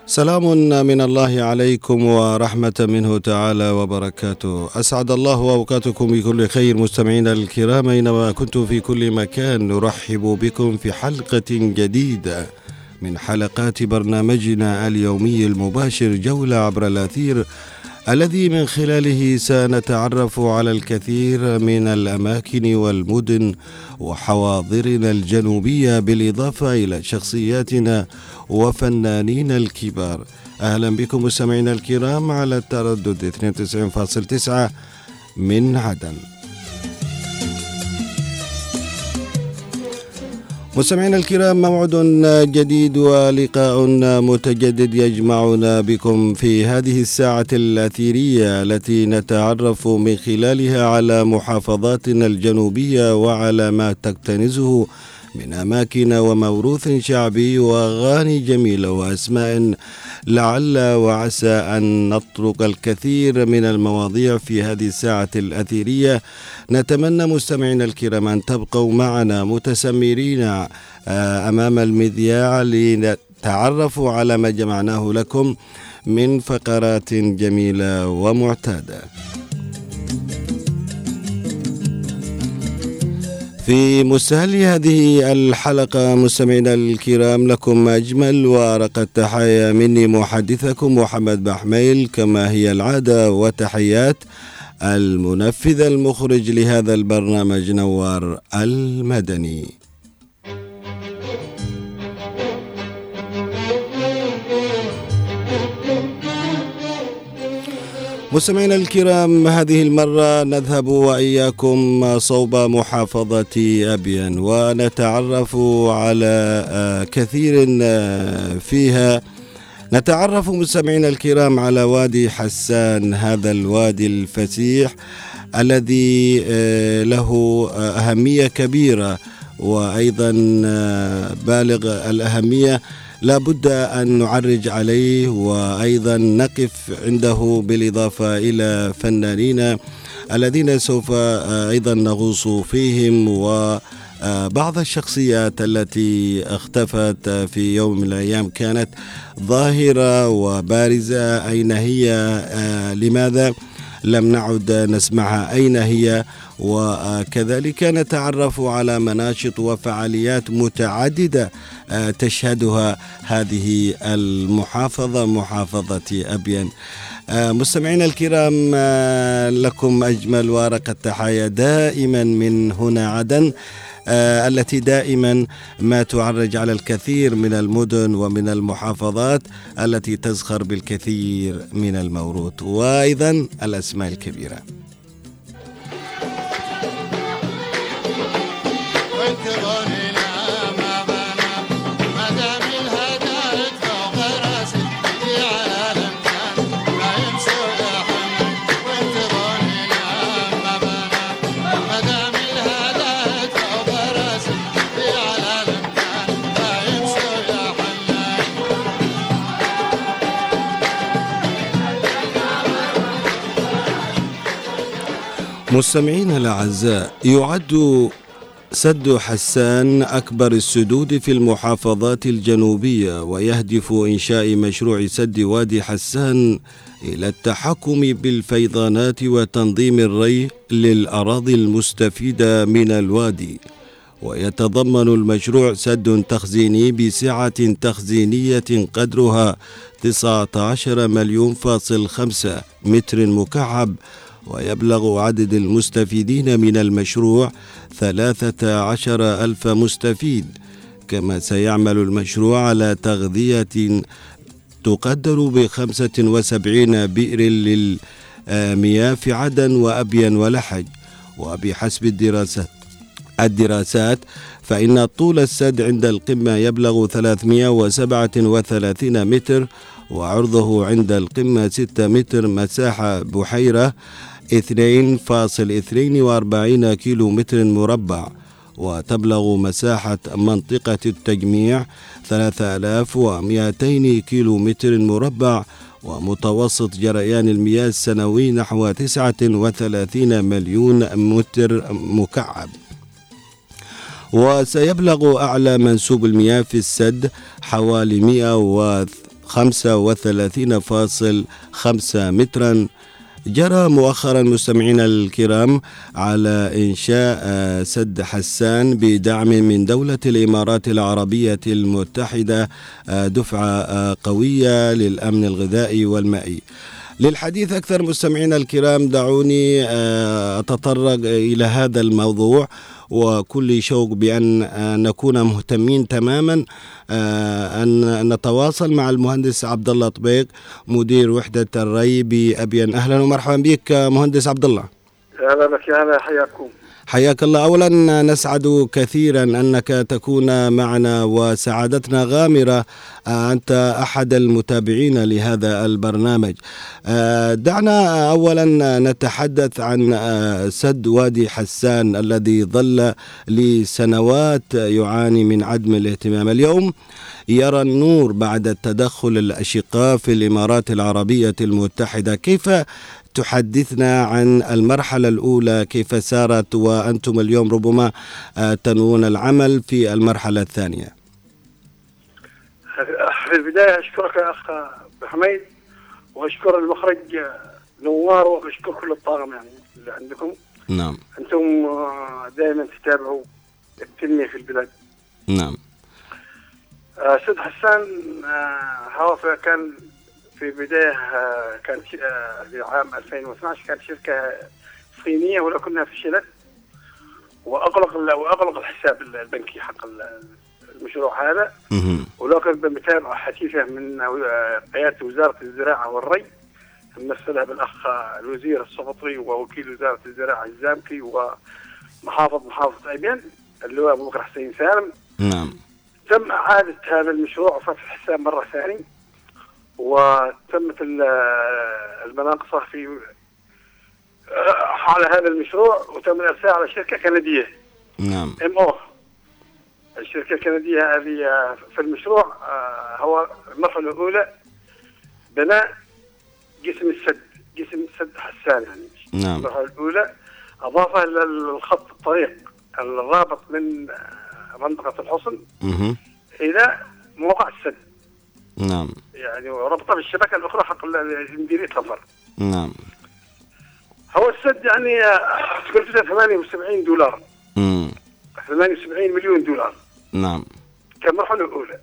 سلام من الله عليكم ورحمة منه تعالى وبركاته. أسعد الله أوقاتكم بكل خير مستمعينا الكرام أينما كنتم في كل مكان. نرحب بكم في حلقة جديدة من حلقات برنامجنا اليومي المباشر جولة عبر الأثير، الذي من خلاله سنتعرف على الكثير من الأماكن والمدن وحواضرنا الجنوبية، بالإضافة إلى شخصياتنا وفنانين الكبار. أهلا بكم مستمعينا الكرام على التردد 92.9 من عدن. مستمعينا الكرام، موعد جديد ولقاء متجدد يجمعنا بكم في هذه الساعة الأثيرية التي نتعرف من خلالها على محافظاتنا الجنوبية وعلى ما تكتنزه من أماكن وموروث شعبي وأغاني جميلة وأسماء لعل وعسى أن نطرق الكثير من المواضيع في هذه الساعة الأثيرية. نتمنى مستمعينا الكرام أن تبقوا معنا متسمرين أمام المذياع لنتعرفوا على ما جمعناه لكم من فقرات جميلة ومعتادة. في مستهل هذه الحلقة مستمعينا الكرام لكم أجمل وأرق التحايا مني محدثكم محمد بحميل، كما هي العادة، وتحيات المنفذ المخرج لهذا البرنامج نوار المدني. مستمعينا الكرام، هذه المرة نذهب وإياكم صوب محافظة أبين ونتعرف على كثير فيها. نتعرف مستمعينا الكرام على وادي حسان، هذا الوادي الفسيح الذي له أهمية كبيرة وأيضا بالغ الأهمية، لا بد أن نعرج عليه وأيضا نقف عنده، بالإضافة إلى فنانين الذين سوف أيضا نغوص فيهم وبعض الشخصيات التي اختفت في يوم من الأيام كانت ظاهرة وبارزة. أين هي؟ لماذا لم نعد نسمعها؟ أين هي؟ وكذلك نتعرف على مناشط وفعاليات متعددة تشهدها هذه المحافظة، محافظة أبين. مستمعينا الكرام، لكم أجمل وأرق التحايا دائما من هنا عدن، التي دائما ما تعرج على الكثير من المدن ومن المحافظات التي تزخر بالكثير من الموروث وأيضا الأسماء الكبيرة. مستمعين الأعزاء، يعد سد حسان أكبر السدود في المحافظات الجنوبية، ويهدف إنشاء مشروع سد وادي حسان إلى التحكم بالفيضانات وتنظيم الري للأراضي المستفيدة من الوادي. ويتضمن المشروع سد تخزيني بسعة تخزينية قدرها 19 مليون فاصل 5 متر مكعب، ويبلغ عدد المستفيدين من المشروع 13 ألف مستفيد. كما سيعمل المشروع على تغذية تقدر ب75 بئر للمياه في عدن وأبين ولحج. وبحسب الدراسات فإن طول السد عند القمة يبلغ 337 متر، وعرضه عند القمة 6 متر، مساحة بحيرة 2.42 كيلو متر مربع، وتبلغ مساحة منطقة التجميع 3200 كيلو متر مربع، ومتوسط جريان المياه السنوي نحو 39 مليون متر مكعب. وسيبلغ أعلى منسوب المياه في السد حوالي 35.5 مترا. جرى مؤخرا مستمعينا الكرام على إنشاء سد حسان بدعم من دولة الإمارات العربية المتحدة، دفعة قوية للأمن الغذائي والمائي. للحديث أكثر مستمعينا الكرام دعوني أتطرق إلى هذا الموضوع، وكل شوق بأن نكون مهتمين تماما أن نتواصل مع المهندس عبد الله طبيق مدير وحدة الري بأبين. أهلا ومرحبا بك مهندس عبد الله. أهلا بك. أهلا، حياكم. حياك الله. أولا نسعد كثيرا أنك تكون معنا، وسعادتنا غامرة. أنت أحد المتابعين لهذا البرنامج. دعنا أولا نتحدث عن سد وادي حسان الذي ظل لسنوات يعاني من عدم الاهتمام. اليوم يرى النور بعد التدخل الأشقاء في الإمارات العربية المتحدة. كيف تحدثنا عن المرحلة الأولى، كيف سارت، وأنتم اليوم ربما تنوون العمل في المرحلة الثانية؟ في البداية أشكرك يا أخ حميد، وأشكر المخرج نوار، وأشكر كل الطاقم يعني اللي عندكم. نعم. أنتم دائما تتابعوا التنمية في البلاد. نعم. سد حسان هو كان في بداية كانت في عام 2012 كانت شركة صينية، ولكنها فشلت وأغلق الحساب البنكي حق المشروع هذا. ولكن بمتابعة حثيثة من قيادة وزارة الزراعة والري، مثلها بالأخ الوزير السقطري ووكيل وزارة الزراعة الزامكي محافظة أبين اللواء أبو بكر حسين سالم. نعم. تم إعادة هذا المشروع وفتح الحساب مرة ثانية، وتمت المناقصة في على هذا المشروع، وتم الإرسال على شركة كندية. نعم. MO. الشركة الكندية هذه في المشروع هو المرحلة الأولى بناء قسم السد حسان يعني. نعم. المرحلة الأولى أضافة للخط الطريق الرابط من منطقة الحصن إلى موقع السد. نعم. يعني وربطه بالشبكة الأخرى حق مديرية خفر. نعم. هو السد يعني تكلفته $78. 78 مليون دولار. نعم. كمرحلة الأولى.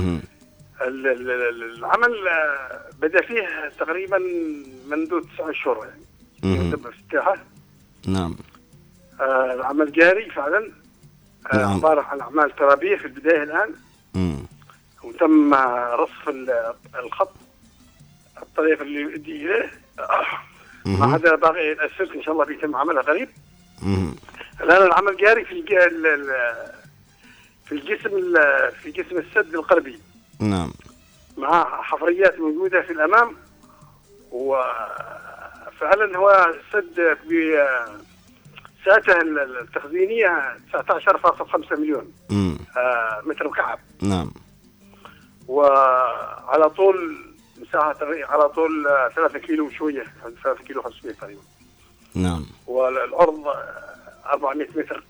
العمل بدأ فيه تقريبا منذ 9 شهور يعني. تم افتتاحه. نعم. العمل جاري فعلا. عبارة عن أعمال ترابية في البداية الآن. وتم رصف الخط الطريق اللي يؤدي إليه، ما عدا باقي السلك إن شاء الله بيتم عملها قريب. الآن العمل جاري في جسم السد القربي. نعم. مع حفريات موجودة في الأمام، وفعلا هو السد ساعته التخزينية 19.5 مليون متر مكعب. نعم. وعلى طول مساحة على طول 3 كيلو وشوية، 3 كيلو 500 تقريبا. نعم. والعرض 400 متر،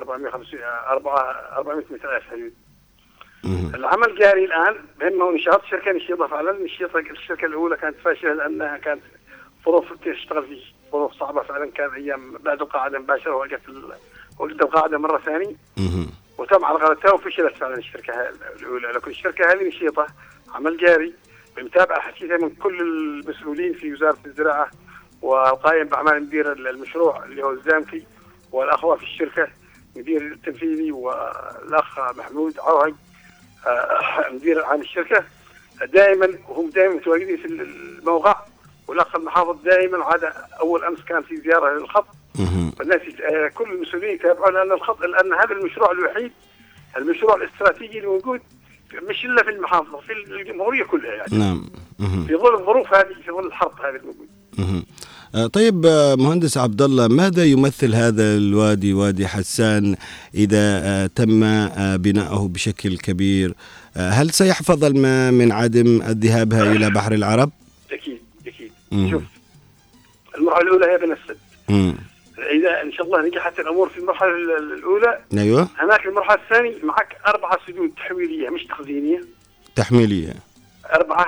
400 متر أسفل. العمل جاري الآن بهم نشاط شركة نشيطة فعلا. الشركة الأولى كانت فاشلة لأنها كانت ظروف تشتغل في ظروف صعبة فعلا. كان أيام بعد القاعدة مباشرة وقت القاعدة مرة ثانية، وتم عرقلتها وفشلت فعلا الشركة الأولى. لكن الشركة هذه نشيطة، عمل جاري بمتابعة حثيثة من كل المسؤولين في وزارة الزراعة، والقائم بأعمال مدير المشروع اللي هو الزامكي، والأخوة في الشركة مدير التنفيذي، والأخ محمود عوهج مدير عام الشركة. دائما وهم دائما متواجدين في الموقع، والأخ المحافظ دائما عاد أول أمس كان في زيارة للخط. والناس كل المسؤولين يتابعون لأن هذا المشروع الوحيد، المشروع الاستراتيجي الموجود مش إلا في المحافظة، في الجمهورية كلها يعني. نعم. في ظل الظروف هذه، في ظل الحرب هذه الموجود. طيب مهندس عبد الله، ماذا يمثل هذا الوادي، وادي حسان، إذا تم بناؤه بشكل كبير؟ هل سيحفظ الماء من عدم الذهاب إلى بحر العرب؟ أكيد. شوف، المرحلة الأولى هي بناء السد. إذا إن شاء الله نجحت الأمور في المرحلة الأولى، أيوة، هناك المرحلة الثانية معك 4 سدود تحويلية مش تخزينية. تحميلية. 4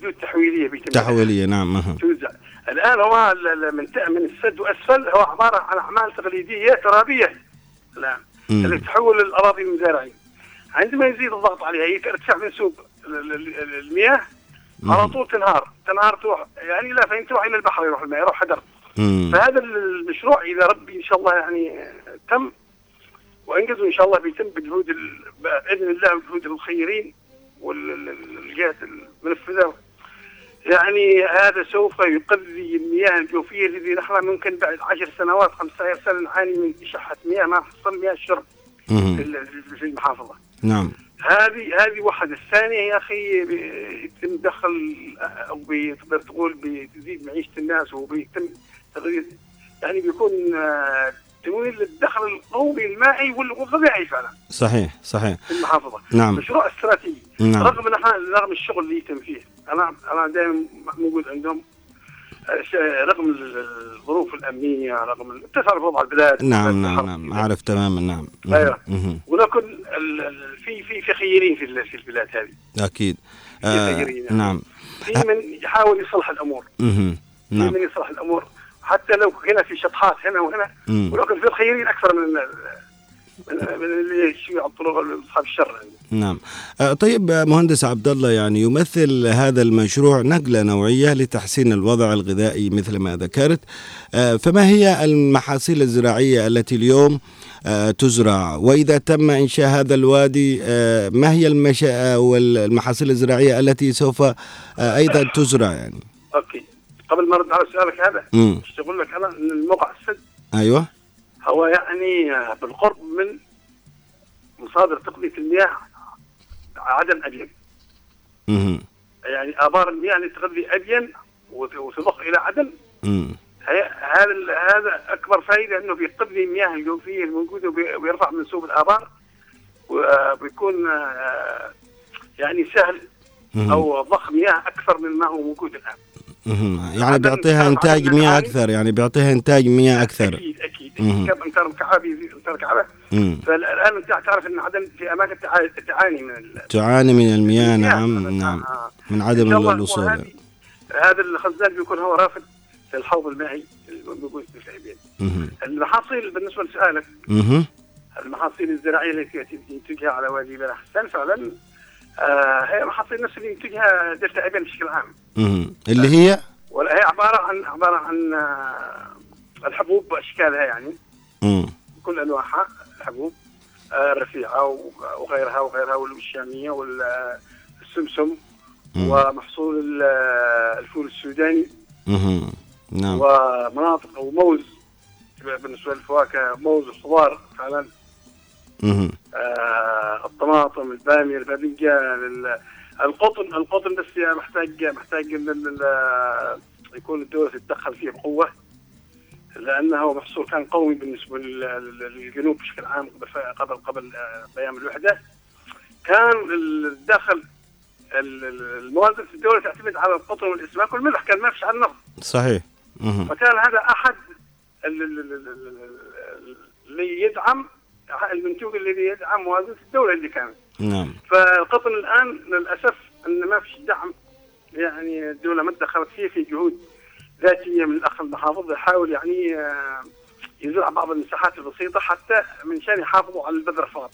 حدود تحويليه بيتم تحويليه. نعم. توزع. الان هو من السد واسفل هو عباره عن اعمال تقليديه ترابيه الان اللي تحول الاراضي المزارعيه. عندما يزيد الضغط عليها يرتفع منسوب المياه على طول تنهار تروح يعني لا فين تروح الى البحر، يروح الماء يروح حدر. فهذا المشروع اذا ربي ان شاء الله يعني تم وانجزوا ان شاء الله بيتم بجهود باذن الله بجهود المخيرين والجهات المنفذه. يعني هذا سوف يقضي المياه الجوفيه الذي نحن ممكن بعد 10 سنوات 15 سنه نعاني من اشحه مياه ما نحصل مياه الشرب في المحافظه. نعم. هذه واحدة. الثانية يا أخي يتم دخل أو تقدر تقول بتزيد معيشة الناس وبيتم تغيير يعني بيكون تمويل للدخل القومي المائي والغذائي فعلا. صحيح في المحافظة. نعم. مشروع استراتيجي. نعم. رغم الشغل اللي يتم فيه أنا دائما موجود عندهم رغم الظروف الأمنية رغم تعرف وضع البلاد. نعم أعرف تماما. نعم. أيوة. ولكن في خيرين في البلاد هذه. أكيد. نعم. في من يحاول يصلح الأمور. نعم. في من يصلح الأمور حتى لو هنا في شطحات هنا وهنا. ولكن في الخيرين أكثر من اللي يشوي على الطرق أصحاب الشر. نعم. طيب مهندس عبد الله، يعني يمثل هذا المشروع نقلة نوعية لتحسين الوضع الغذائي مثل ما ذكرت. فما هي المحاصيل الزراعية التي اليوم تزرع؟ وإذا تم إنشاء هذا الوادي ما هي والمحاصيل الزراعية التي سوف أيضا تزرع يعني؟ أوكي. قبل ما أرد على سؤالك هذا أقول لك أنا أن الموقع السد أيوة هو يعني بالقرب من مصادر تقنية المياه عدن أبين. يعني آبار المياه اللي تغذي أبين وتضخ إلى عدن. هذا أكبر فائدة أنه بيقضي المياه الجوفية الموجودة وبيرفع منسوب الآبار وبيكون يعني سهل أو ضخ مياه أكثر مما هو موجود الآن. يعني بيعطيها إنتاج مياه أكثر. أكيد كم أمتار مكعبة يزيد أمتار مكعبة. فالآن أنت تعرف أن عدن في أماكن تعاني من المياه. نعم. من عدم الوصول. هذا الخزان بيكون هو رافد في الحوض المائي الموجود في العبيد. المحاصيل بالنسبة لسؤالك المحاصيل الزراعية التي ينتجها على وادي بلح حسن فعلا هي محاصيل نفس اللي ينتجها دلتا عبيد بشكل عام. اللي هي عبارة عن الحبوب بأشكالها يعني كل أنواعها الحبوب الرفيعة وغيرها والشامية والسمسم ومحصول الفول السوداني. نعم. ومناطق أو موز بالنسبة للفواكه موز الخضار فعلا. الطماطم البامية الباذنجان القطن بس محتاج يكون الدولة تتدخل فيه بقوة لأنه محصول كان قوي بالنسبة للجنوب بشكل عام قبل قيام الوحدة. كان الدخل الموازنة الدولة تعتمد على القطن والأسماك والملح كان ما فيش على النفط. صحيح. فكان هذا أحد اللي يدعم المنتوج الذي يدعم موازنة الدولة اللي كانت. نعم. فالقطن الآن للأسف أن ما فيش دعم يعني الدولة ما دخلت فيه في جهود ذاتية من الأخ المحافظ يحاول يعني يزرع بعض المساحات البسيطة حتى من شان يحافظوا على البذر فاض.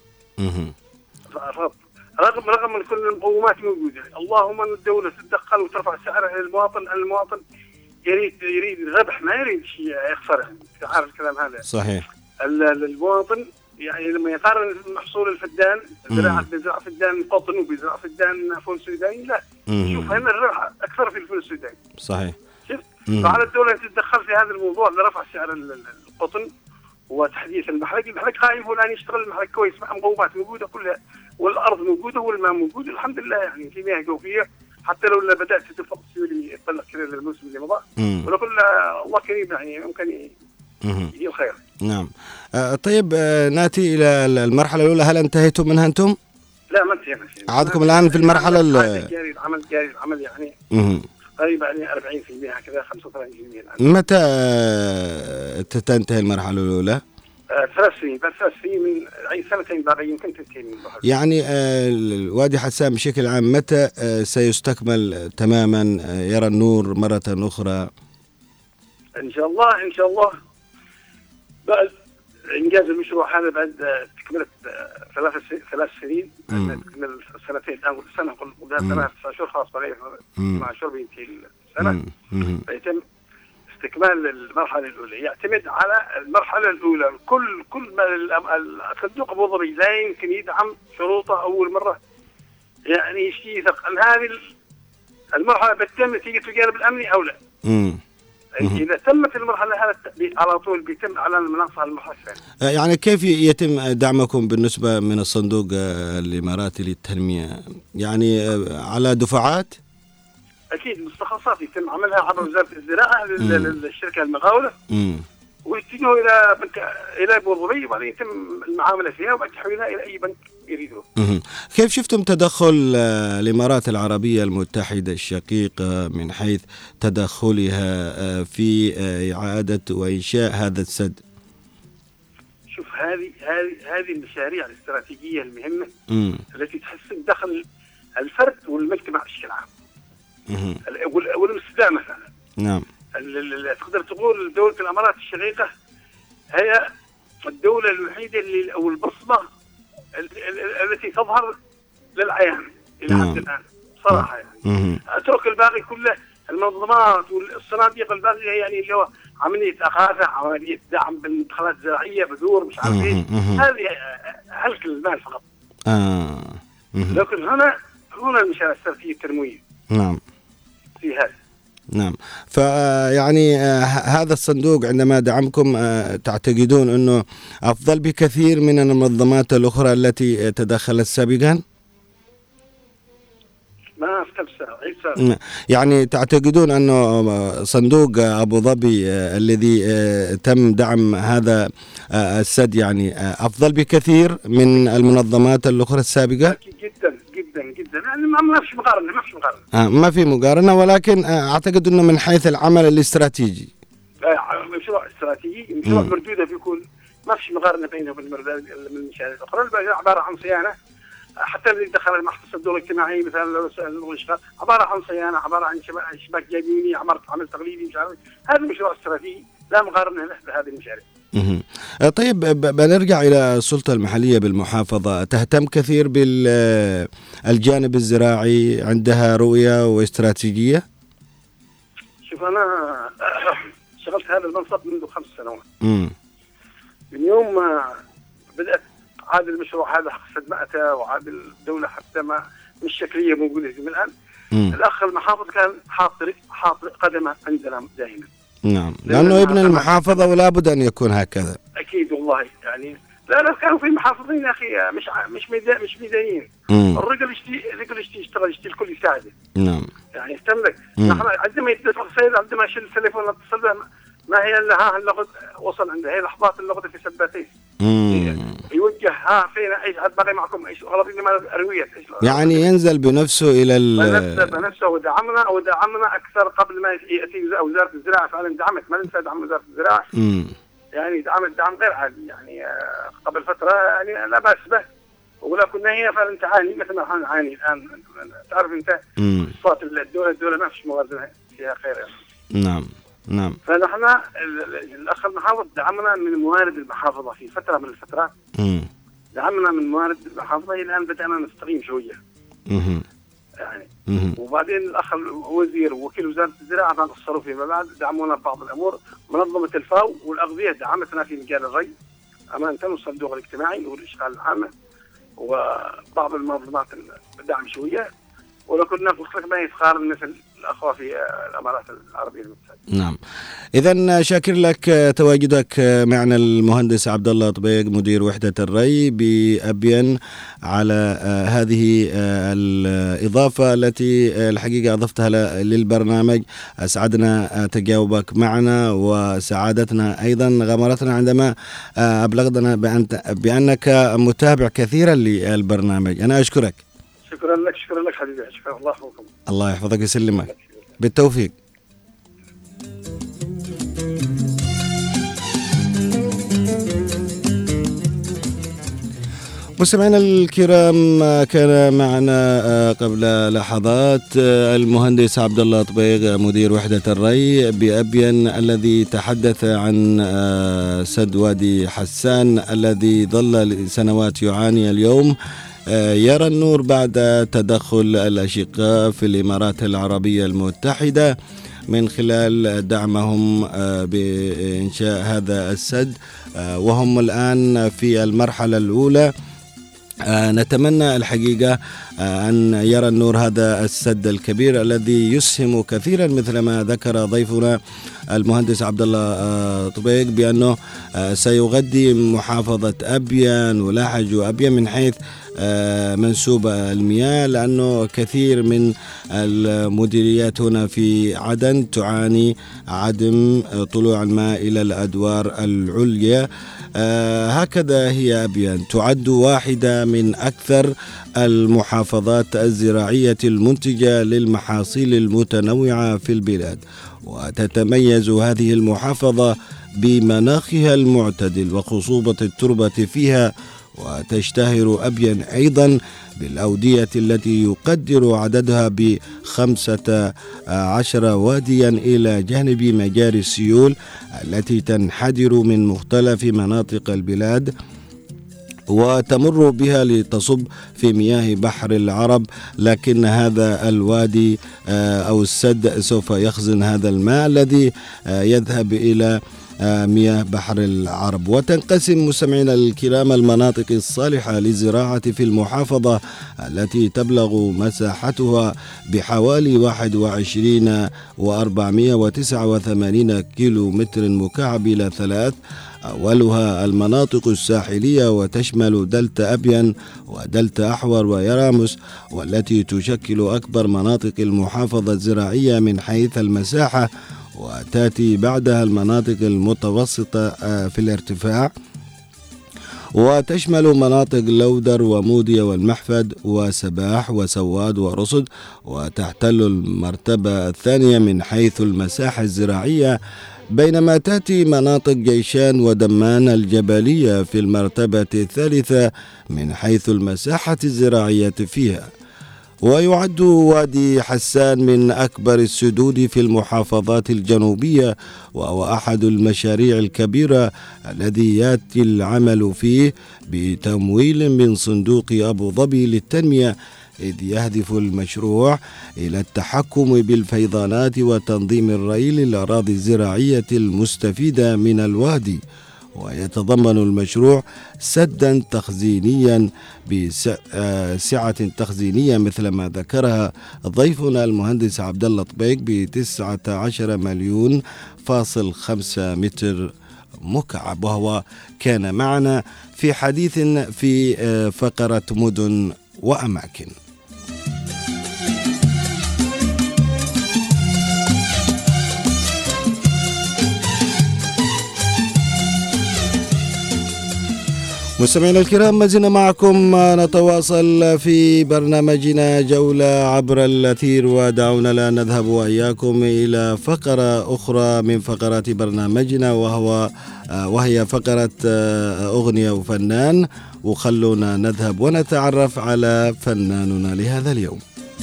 رغم من كل المقومات موجودة. اللهم أن الدولة تتدخل وترفع سعرها للمواطن. المواطن يريد الربح ما يريد شيء يخسر. عارف الكلام هذا؟ صحيح. المواطن يعني لما يقارن محصول الفدان بيزرع فدان قطن وبيزرع فدان فول سوداني لا شوف هنا الربح أكثر في الفول السوداني. صحيح. شفت؟ فعلى الدولة تتدخل في هذا الموضوع لرفع سعر القطن وتحديث المحرق. المحرق قائم هو الآن يشتغل المحرق كويس مع مقومات موجودة كلها والأرض موجودة والماء موجود الحمد لله يعني في مياه جوفية حتى لو بدأت تدفق السيولي يطلع كذا للموسم اللي مضى ولكن الله كريم يعني ممكن يجي الخير. نعم. طيب نأتي إلى المرحلة الأولى. هل انتهيتم منها أنتم؟ لا ما انتهينا. عادكم الآن في المرحلة جاري العمل يعني قريب يعني 40% هكذا 35%. متى تنتهي المرحلة الأولى؟ 3 سنين، بعد 3 سنين من أي سنتين باقي يمكن تنتهي من البحر. يعني وادي حسان بشكل عام متى سيستكمل تماما، يرى النور مرة أخرى؟ إن شاء الله إن شاء الله بعد إنجاز المشروع هذا، بعد تكملة 3 سنين، تكمل سنتين الآن، سنة قبلها سنة 9 شهور، خلاص بقي 12 شهور بينتهي السنة، فيتم استكمال المرحلة الأولى. يعتمد على المرحلة الأولى، كل ما الصندوق أبو ظبي لا يمكن يدعم شروطه أول مرة، يعني يشتي ثقل هذه المرحلة بتتم نتيجة الجانب الأمني أو لا. إذا تمت المرحلة هذا على طول بيتم إعلان المناصة المرحلة الثانية. يعني كيف يتم دعمكم بالنسبة من الصندوق الإماراتي للتنمية؟ يعني على دفعات؟ أكيد مستخلصات يتم عملها عبر وزارة الزراعة للشركة المقاولة، ويتجهوا إلى أبو ظبي، وبعدين يتم المعاملة فيها وبعد تحويلها إلى أي بنك يريدوه. كيف شفتم تدخل الإمارات العربية المتحدة الشقيقة من حيث تدخلها في إعادة وإنشاء هذا السد؟ شوف، هذه المشاريع الاستراتيجية المهمة التي تحسن دخل الفرد والمجتمع بشكل عام والمستدامة فعلا. نعم. تقدر تقول دولة الإمارات الشقيقة هي الدولة الوحيدة أو البصمة التي تظهر للعيان إلى حد الآن صراحة. يعني أترك الباقي كله، المنظمات والصناديق الباقية يعني اللي هو عملية أغاثة، عملية دعم بالمدخلات الزراعية، بذور، مش عارف إيه، هذه هلك المال فقط. لكن هنا المشاريع الاستراتيجية التنموية. نعم. في هذا. نعم. فيعني هذا الصندوق عندما دعمكم تعتقدون أنه أفضل بكثير من المنظمات الأخرى التي تدخلت سابقا؟ ما أفتكر. يعني تعتقدون أنه صندوق أبو ظبي الذي تم دعم هذا السد يعني أفضل بكثير من المنظمات الأخرى السابقة؟ جدا يعني ما فيش مقارنة. ما في مقارنة، ولكن أعتقد أنه من حيث العمل الاستراتيجي، مشروع استراتيجي، مشروع مردودة بيكون ما فيش مقارنة بينه وبين المشاريع الأخرى. الباقي عبارة عن صيانة، حتى اللي دخل محطة الدور الاجتماعي مثلا الاشغال عبارة عن صيانة، عبارة عن شباك جايبيني، عمل تقليدي، مش عارف. هذا مشروع استراتيجي لا مقارنة له بهذه المشاريع. طيب بنرجع إلى السلطة المحلية بالمحافظة، تهتم كثير بالجانب الزراعي، عندها رؤية واستراتيجية؟ شوف، أنا شغلت هذا المنصب منذ 5 سنوات. من يوم ما بدأت عاد المشروع هذا حق سدمأته، وعاد الدولة حتى ما مش شكلية موجودة من الآن. الأخ المحافظ كان حاط قدمه عندنا دائما. نعم، لأنه ابن المحافظة ولا بد أن يكون هكذا. أكيد والله. يعني لا كانوا في محافظين يا أخي مش ميدانيين. الرجل يشتغل الكل يساعده. نعم. يعني استملك. نحن عندما يتصل السيد، عندما يشيل التليفون اتصل به، ما هي إلا اللغة وصل عنده، هي لحظات اللغة في سباتيس. يوجه فينا أي حد بقي معكم أي غلط، إنما أروية. يعني ينزل بنفسه إلى بنفسه ودعمنا أكثر قبل ما يأتي وزارة الزراعة. فعلا دعمت، ما ننسى دعم وزارة الزراعة. يعني دعمت دعم غير عادي. يعني قبل فترة يعني لا بأس به، ولا كنا هنا فعلا تعاني مثل ما نحن نعاني الآن. تعرف أنت صوت الدولة ما فيش موازنة فيها خير يعني. نعم. فنحن الأخ المحافظ دعمنا من موارد المحافظة في فترة من الفترات. دعمنا من موارد المحافظة. الآن بدأنا نستقيم شوية. يعني وبعدين الأخ الوزير ووكيل وزارة الزراعة ما قصروا فيما بعد، دعمونا ببعض الأمور. منظمة الفاو والأغذية دعمتنا في مجال الري أمانة، والصندوق الاجتماعي والإشغال العامة، وبعض المنظمات الدعم شوية، ولكن نفس ما يتقارن مثل الأخوة في الإمارات العربية المتحدة. نعم. إذن شاكر لك تواجدك معنا المهندس عبد الله طبيق مدير وحدة الري بأبين على هذه الإضافة التي الحقيقة أضفتها للبرنامج. أسعدنا تجاوبك معنا، وسعادتنا أيضا غمرتنا عندما أبلغتنا بأنك متابع كثيرا للبرنامج. أنا أشكرك. شكرا لك حبيبي. شكرا. الله يحفظكم. الله يحفظك ويسلمك. بالتوفيق. مستمعينا الكرام، كان معنا قبل لحظات المهندس عبد الله طبيغ مدير وحدة الري بأبين، الذي تحدث عن سد وادي حسان الذي ظل لسنوات يعاني. اليوم يرى النور بعد تدخل الأشقاء في الإمارات العربية المتحدة من خلال دعمهم بإنشاء هذا السد، وهم الآن في المرحلة الأولى. نتمنى الحقيقة أن يرى النور هذا السد الكبير الذي يسهم كثيرا، مثل ما ذكر ضيفنا المهندس عبد الله طبيق، بأنه سيغذي محافظة أبين ولاحج وأبين من حيث منسوب المياه، لأنه كثير من المديريات هنا في عدن تعاني عدم طلوع الماء إلى الأدوار العليا. هكذا هي أبين تعد واحدة من أكثر المحافظات الزراعية المنتجة للمحاصيل المتنوعة في البلاد، وتتميز هذه المحافظة بمناخها المعتدل وخصوبة التربة فيها، وتشتهر أبين أيضا بالأودية التي يقدر عددها ب15 واديا إلى جانب مجاري السيول التي تنحدر من مختلف مناطق البلاد وتمر بها لتصب في مياه بحر العرب. لكن هذا الوادي أو السد سوف يخزن هذا الماء الذي يذهب إلى مياه بحر العرب. وتنقسم مستمعينا الكرام المناطق الصالحة للزراعة في المحافظة التي تبلغ مساحتها بحوالي 21,489 كيلو متر مكعب إلى 3. أولها المناطق الساحلية، وتشمل دلتا أبين ودلتا أحور ويرامس، والتي تشكل أكبر مناطق المحافظة الزراعية من حيث المساحة، وتأتي بعدها المناطق المتوسطة في الارتفاع، وتشمل مناطق لودر ومودية والمحفد وسباح وسواد ورصد، وتحتل المرتبة الثانية من حيث المساحة الزراعية، بينما تأتي مناطق جيشان ودمان الجبلية في المرتبة الثالثة من حيث المساحة الزراعية فيها. ويعد وادي حسان من أكبر السدود في المحافظات الجنوبية، وهو أحد المشاريع الكبيرة الذي يأتي العمل فيه بتمويل من صندوق أبو ظبي للتنمية، إذ يهدف المشروع إلى التحكم بالفيضانات وتنظيم الري للأراضي الزراعية المستفيدة من الوادي. ويتضمن المشروع سدا تخزينيا بسعة تخزينية مثل ما ذكرها ضيفنا المهندس عبد الله طبيق ب19 مليون فاصل 5 متر مكعب. وهو كان معنا في حديث في فقرة مدن وأماكن. مستمعينا الكرام، ما زلنا معكم نتواصل في برنامجنا جولة عبر الأثير، ودعونا لا نذهب وإياكم إلى فقرة أخرى من فقرات برنامجنا، وهي فقرة أغنية وفنان. وخلونا نذهب ونتعرف على فناننا لهذا اليوم.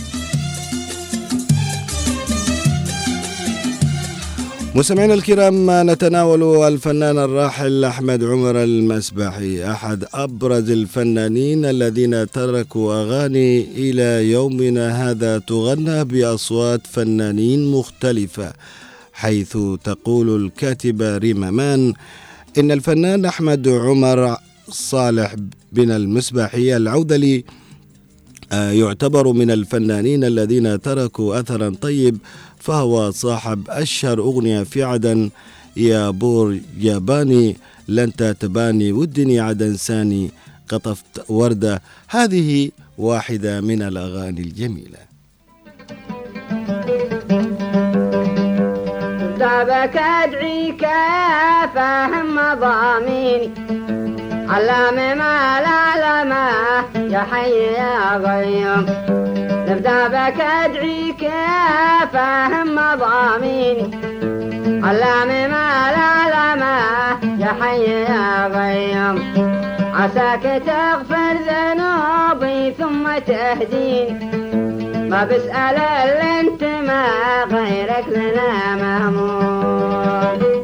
مستمعينا الكرام، نتناول الفنان الراحل أحمد عمر المسبحي، أحد أبرز الفنانين الذين تركوا أغاني إلى يومنا هذا تغنى بأصوات فنانين مختلفة، حيث تقول الكاتبة ريما مان إن الفنان أحمد عمر صالح بن المسبحي العودلي يعتبر من الفنانين الذين تركوا أثرا طيب، فهو صاحب أشهر أغنية في عدن، يا بور ياباني لن تتباني ودني عدن ساني قطفت وردة. هذه واحدة من الأغاني الجميلة. دابك أدعيك يا فاهم مضاميني علام ما العلمة يا حي يا قيوم. نبدأ بك أدعيك يا فاهم مضاميني علام ما العلمة يا حي يا قيوم. عساك تغفر ذنوبي ثم تهديني ما بسأل اللي انت ما غيرك لنا مهموم.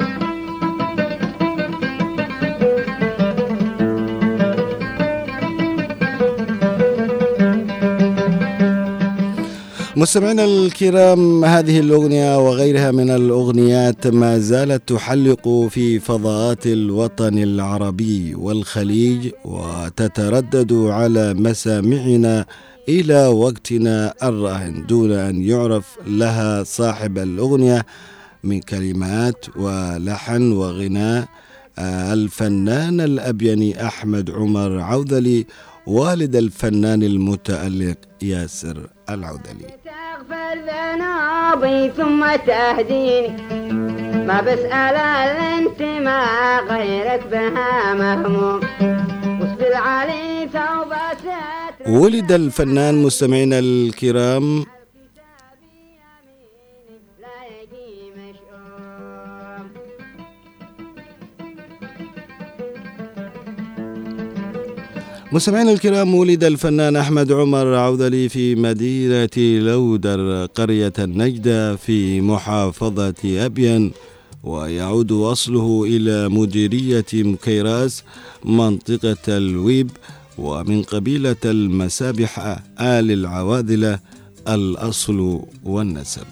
مستمعينا الكرام، هذه الأغنية وغيرها من الأغنيات ما زالت تحلق في فضاءات الوطن العربي والخليج وتتردد على مسامعنا إلى وقتنا الراهن دون أن يعرف لها صاحب الأغنية من كلمات ولحن وغناء الفنان الأبيني أحمد عمر عوذلي والد الفنان المتألق ياسر العوذلي. تغفر ذنوبي ثم تهديني ما بسأل انت ما غيرك بها مهموم واسبل علي توبتك. ولد الفنان مستمعينا الكرام مستمعينا الكرام ولد الفنان أحمد عمر عوذلي في مدينة لودر قرية النجدة في محافظة أبين، ويعود أصله إلى مديرية مكيراس منطقة الويب ومن قبيلة المسابح آل العواذلة الأصل والنسب.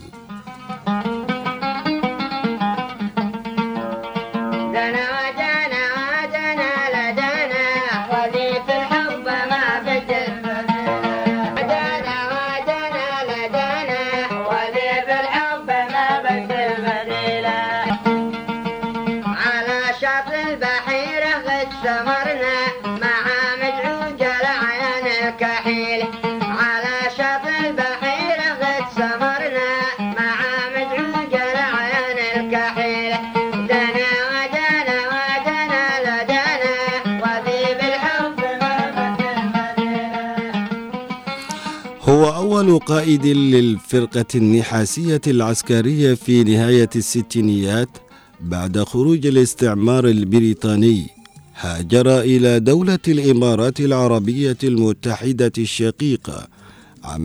هو أول قائد للفرقة النحاسية العسكرية في نهاية الستينيات بعد خروج الاستعمار البريطاني. هاجر إلى دولة الإمارات العربية المتحدة الشقيقة عام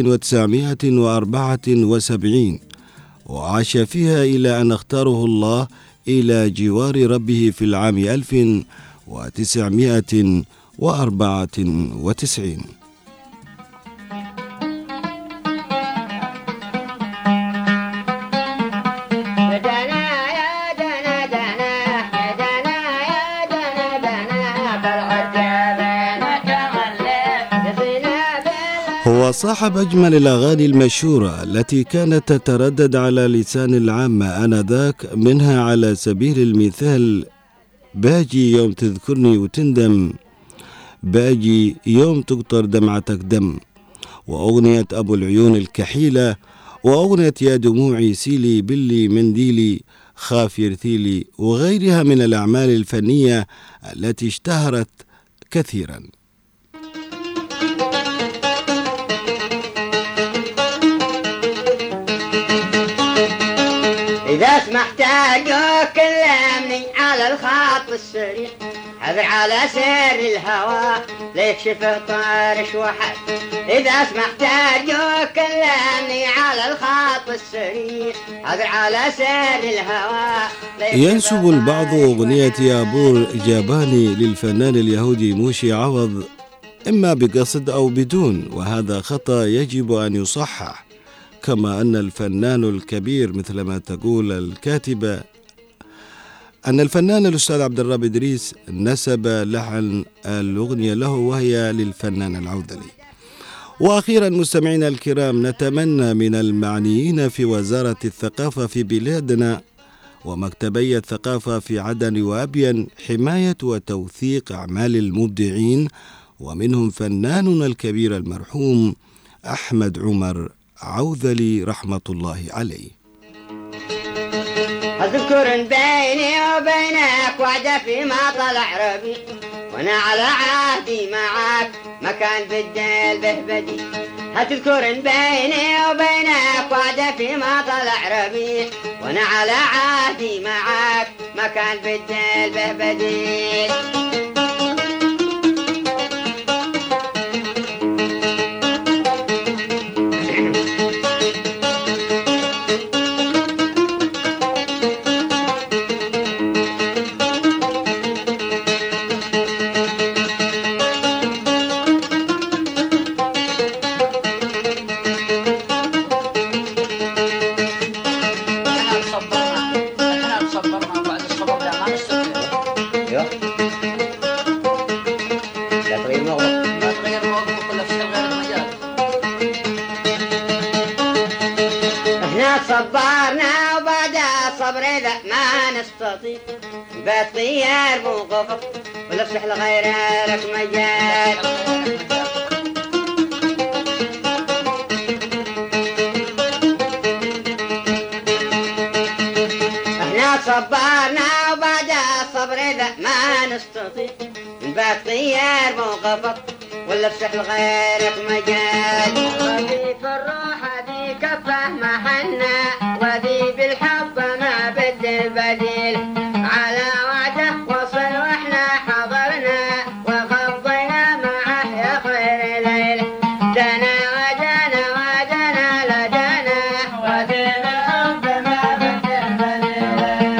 1974 وعاش فيها إلى أن اختاره الله إلى جوار ربه في العام 1994. هو صاحب أجمل الأغاني المشهورة التي كانت تتردد على لسان العامة آنذاك، منها على سبيل المثال باجي يوم تذكرني وتندم، باجي يوم تقطر دمعتك دم، وأغنية أبو العيون الكحيلة، وأغنية يا دموعي سيلي بلي منديلي خاف يرثيلي، وغيرها من الأعمال الفنية التي اشتهرت كثيرا. إذا سمحت أرجوك كلمني على الخط السريع، حذر على سر الهوى ليكشف طارش وحد. إذا سمحت أرجوك كلمني على الخط السريع، حذر على سر الهوى. ينسب البعض أغنية يا بور جاباني للفنان اليهودي موشي عوض إما بقصد أو بدون، وهذا خطأ يجب أن يصحح. كما أن الفنان الكبير مثل ما تقول الكاتبة أن الفنان الأستاذ عبد الرب إدريس نسب لحن الأغنية له وهي للفنان العوذلي. وأخيرا مستمعينا الكرام، نتمنى من المعنيين في وزارة الثقافة في بلادنا ومكتبي الثقافة في عدن وأبين حماية وتوثيق أعمال المبدعين، ومنهم فناننا الكبير المرحوم أحمد عمر عوذلي رحمة الله عليه. أذكر بيني وبينك وعدة في ما طلع ربيع، وانا على عهدي معاك ما كان بالديل به بدي. هتذكر بيني وبينك وعدة في ما طلع ربيع، وانا على عهدي معاك ما كان بالديل به بديل. احنا صبرنا وبعد الصبر إذا ما نستطيع بات طيار موقف ولفسح لغيرك مجال. احنا صبرنا وبعد الصبر إذا ما نستطيع بات طيار موقفك ولفسح لغيرك مجال. وذي في الروح ذي كفه ما حنا وذي بالحب ما بدل بديل على وعده وصل واحنا حضرنا وخضينا معه يا خير ليل دنا ودنا ودنا لدنا وذي بالحب ما بدل بديل.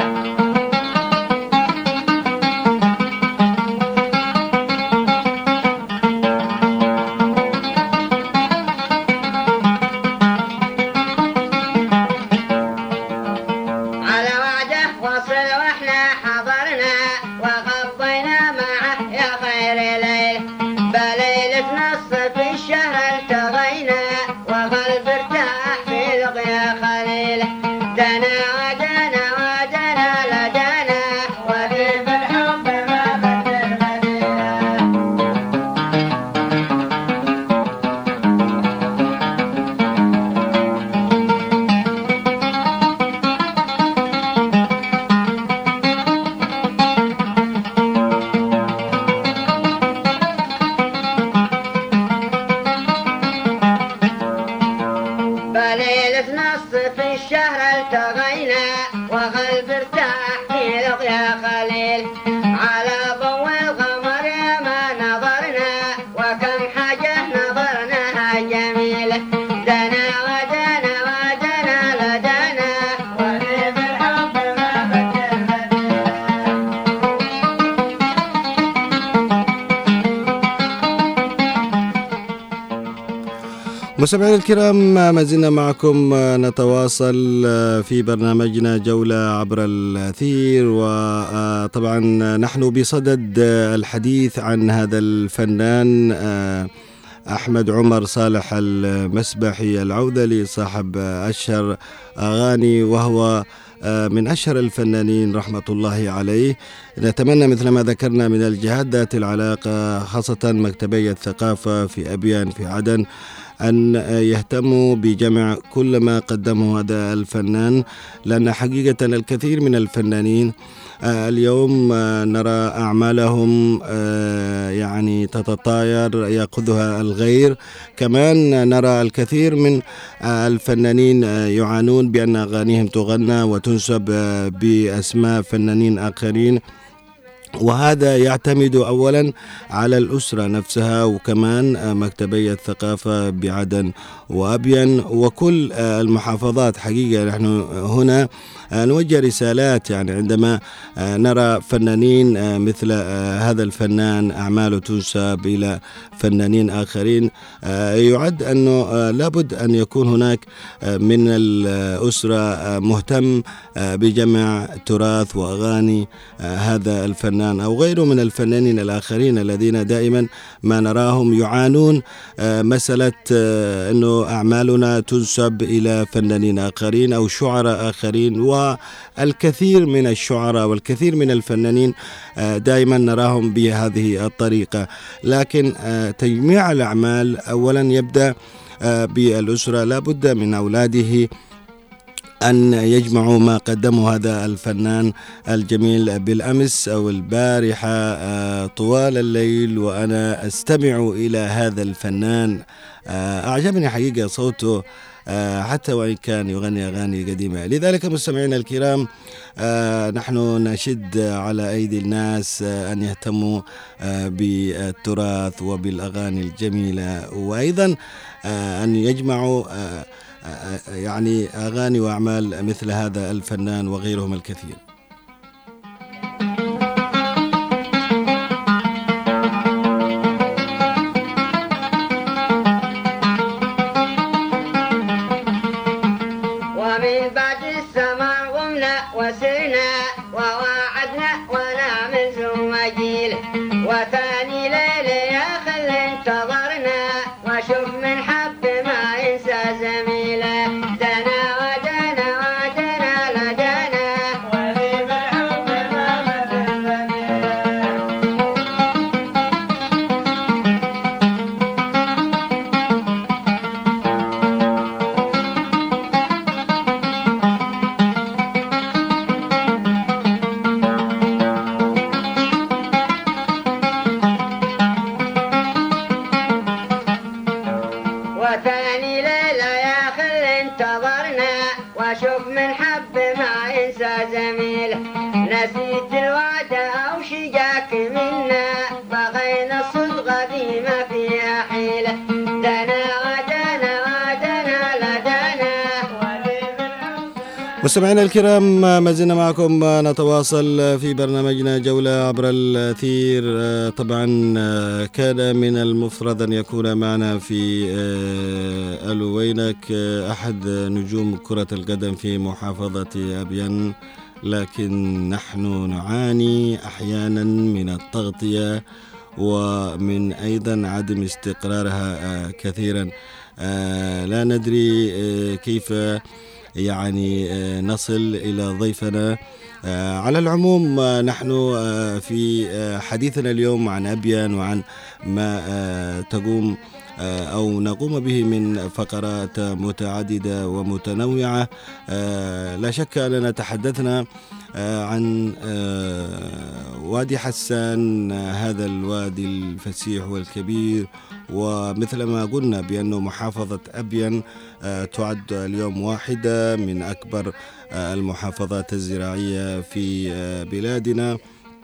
مستمعينا الكرام، ما زلنا معكم نتواصل في برنامجنا جولة عبر الأثير، وطبعا نحن بصدد الحديث عن هذا الفنان أحمد عمر صالح المسبحي العوذلي صاحب أشهر أغاني، وهو من أشهر الفنانين رحمة الله عليه. نتمنى مثل ما ذكرنا من الجهات ذات العلاقة خاصة مكتبي الثقافة في أبيان في عدن أن يهتموا بجمع كل ما قدمه هذا الفنان، لأن حقيقة الكثير من الفنانين اليوم نرى أعمالهم يعني تتطاير يأخذها الغير. كمان نرى الكثير من الفنانين يعانون بأن أغانيهم تغنى وتنسب بأسماء فنانين آخرين، وهذا يعتمد أولا على الأسرة نفسها، وكمان مكتبي الثقافة بعدن وأبين وكل المحافظات. حقيقة نحن هنا نوجه رسالات، يعني عندما نرى فنانين مثل هذا الفنان أعماله تنسب إلى فنانين آخرين، يعد أنه لابد أن يكون هناك من الأسرة مهتم بجمع تراث وأغاني هذا الفنان أو غيره من الفنانين الآخرين الذين دائما ما نراهم يعانون مسألة أنه أعمالنا تنسب إلى فنانين آخرين أو شعراء آخرين. والكثير من الشعراء والكثير من الفنانين دائما نراهم بهذه الطريقة، لكن تجميع الأعمال أولا يبدأ بالأسرة. لا بد من أولاده أن يجمعوا ما قدمه هذا الفنان الجميل. بالأمس أو البارحة طوال الليل وأنا أستمع إلى هذا الفنان، أعجبني حقيقة صوته حتى وإن كان يغني أغاني قديمة. لذلك مستمعينا الكرام، نحن نشد على أيدي الناس أن يهتموا بالتراث وبالأغاني الجميلة، وأيضا أن يجمعوا يعني أغاني وأعمال مثل هذا الفنان وغيرهم الكثير. ومن بعد السماء غمنا وسرنا وواعدنا ونعمل ثم جيل وثاني ليلة يا خل انتظرنا وشوف من حب ما ينسى زميله دنا ودنا واشوف من حب ما ينسى زميله نسيت الوعد او شجاك منا بغينا الصدقة دي ما فيها حيلة دنا ودنا ودنا لدنا. مستمعينا الكرام ما زلنا معكم نتواصل في برنامجنا جولة عبر الأثير. طبعا كان من المفترض أن يكون معنا في ألو وينك أحد نجوم كرة القدم في محافظة أبين، لكن نحن نعاني أحيانا من التغطية ومن أيضا عدم استقرارها كثيرا. لا ندري كيف يعني نصل إلى ضيفنا. على العموم نحن في حديثنا اليوم عن أبين وعن ما تقوم أو نقوم به من فقرات متعددة ومتنوعة. لا شك أننا تحدثنا عن وادي حسان، هذا الوادي الفسيح والكبير، ومثل ما قلنا بأنه محافظة أبين تعد اليوم واحدة من أكبر المحافظات الزراعية في بلادنا.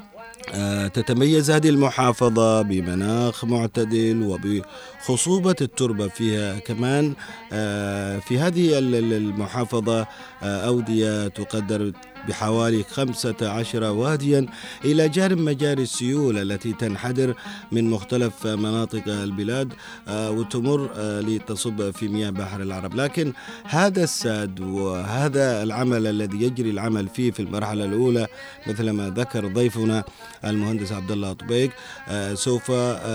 تتميز هذه المحافظة بمناخ معتدل وبخصوبة التربة فيها. كمان في هذه المحافظة أودية تقدر بحوالي 15 واديا إلى جانب مجاري السيول التي تنحدر من مختلف مناطق البلاد وتمر لتصب في مياه بحر العرب. لكن هذا السد وهذا العمل الذي يجري العمل فيه في المرحلة الأولى مثل ما ذكر ضيفنا المهندس عبد الله طبيق سوف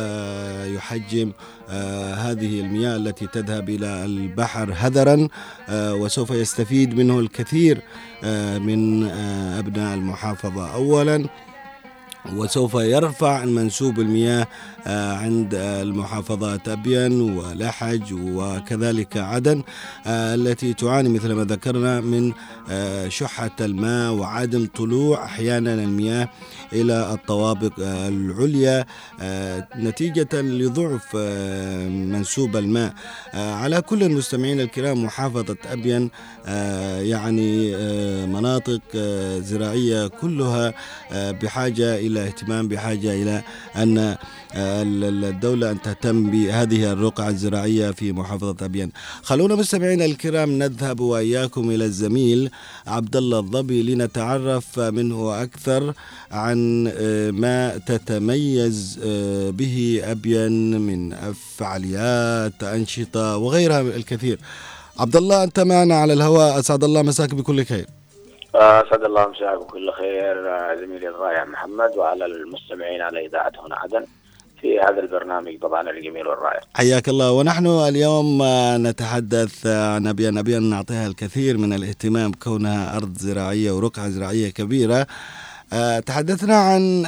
يحجم هذه المياه التي تذهب إلى البحر هدرا، وسوف يستفيد منه الكثير من أبناء المحافظة أولا، وسوف يرفع منسوب المياه عند المحافظات أبين ولحج وكذلك عدن التي تعاني مثل ما ذكرنا من شحة الماء وعدم طلوع أحيانا المياه إلى الطوابق العليا نتيجة لضعف منسوب الماء. على كل المستمعين الكرام، محافظة أبين يعني مناطق زراعية كلها بحاجة إلى اهتمام، بحاجة إلى أن الدولة أن تهتم بهذه الرقعة الزراعية في محافظة أبين. خلونا مستمعينا الكرام نذهب وإياكم إلى الزميل عبد الله الضبي لنتعرف منه أكثر عن ما تتميز به أبين من فعاليات أنشطة وغيرها الكثير. عبد الله أنت معنا على الهواء، أسعد الله مساك بكل خير. أسعد الله مساك بكل خير زميلي الرائع محمد، وعلى المستمعين على إذاعة هنا عدن في هذا البرنامج طبعا الجميل والرائع. حياك الله. ونحن اليوم نتحدث عن أبين. أبين نعطيها الكثير من الاهتمام كونها أرض زراعية ورقعة زراعية كبيرة. تحدثنا عن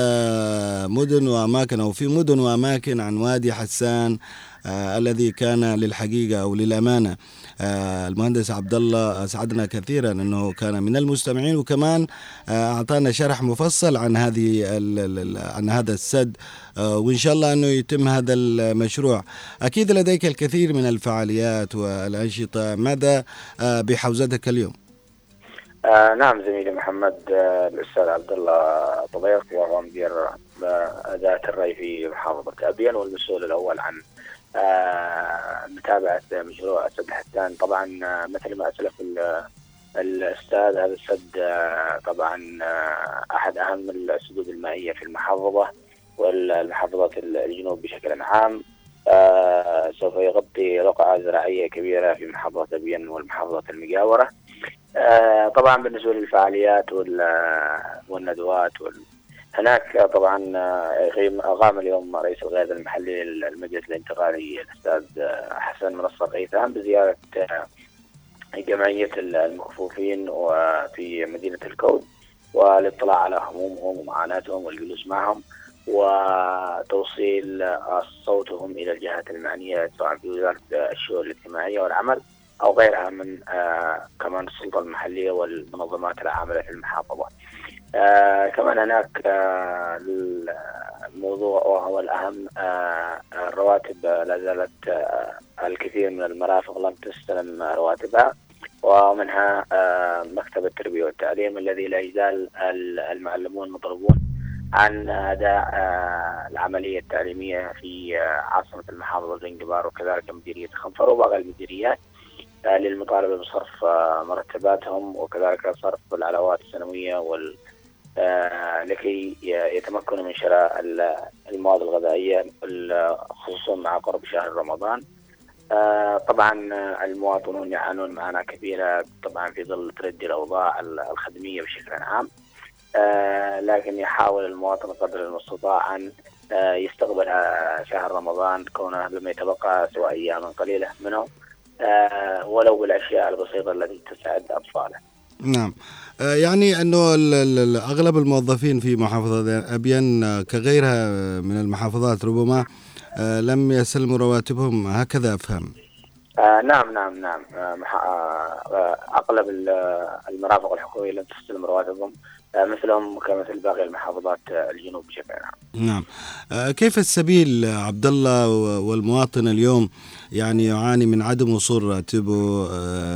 مدن وأماكن، أو في مدن وأماكن، عن وادي حسان الذي كان للحقيقة أو للأمانة المهندس عبد الله أسعدنا كثيرا أنه كان من المستمعين، وكمان أعطانا شرح مفصل عن هذا السد، وإن شاء الله أنه يتم هذا المشروع. أكيد لديك الكثير من الفعاليات والأنشطة، ماذا بحوزتك اليوم؟ نعم زميلي محمد، الأستاذ عبد الله طبيق وهو مدير أداة الري في محافظة أبين والمسؤول الأول عن متابعة مشروع سد حسان. طبعا مثل ما أسلف الأستاذ، هذا السد طبعا أحد أهم السدود المائية في المحافظة والمحافظات الجنوب بشكل عام. سوف يغطي رقعة زراعية كبيرة في محافظة أبين والمحافظات المجاورة. طبعا بالنسبة للفعاليات والندوات هناك طبعا قام اليوم رئيس القيادة المحلي للمجلس الانتقالي الأستاذ حسن منصر قيثام بزيارة جمعية المكفوفين وفي مدينة الكود، والاطلاع على همومهم ومعاناتهم والجلوس معهم وتوصيل صوتهم إلى الجهات المعنية سواء في وزارة الشؤون الاجتماعية والعمل أو غيرها من كمان السلطة المحلية والمنظمات العاملة في المحافظة. كمان هناك الموضوع وهو الأهم، الرواتب لا زالت الكثير من المرافق لم تستلم رواتبها، ومنها مكتب التربية والتعليم الذي لا يزال المعلمون مطلوبون عن أداء العملية التعليمية في عاصمة المحافظة زنجبار، وكذلك مديرية خنفر وباقي المديريات للمطالبة بصرف مرتباتهم، وكذلك صرف العلاوات السنوية لكي يتمكنوا من شراء المواد الغذائية، خصوصا مع قرب شهر رمضان. طبعا المواطنون يعانون معاناة كبيرة طبعا في ظل تردي الأوضاع الخدمية بشكل عام، لكن يحاول المواطن قدر المستطاع أن يستقبل شهر رمضان كونه لم يتبقى سوى أيام قليلة منه، ولو بالأشياء البسيطة التي تساعد أطفاله. نعم، يعني أنه أغلب الموظفين في محافظة أبين كغيرها من المحافظات ربما لم يسلموا رواتبهم، هكذا أفهم. نعم. أغلب المرافق الحكومية لم تستلم رواتبهم مثلهم كمثل باقي المحافظات الجنوب بشكل عام. نعم. كيف السبيل عبد الله والمواطن اليوم يعني يعاني من عدم وصول راتبه؟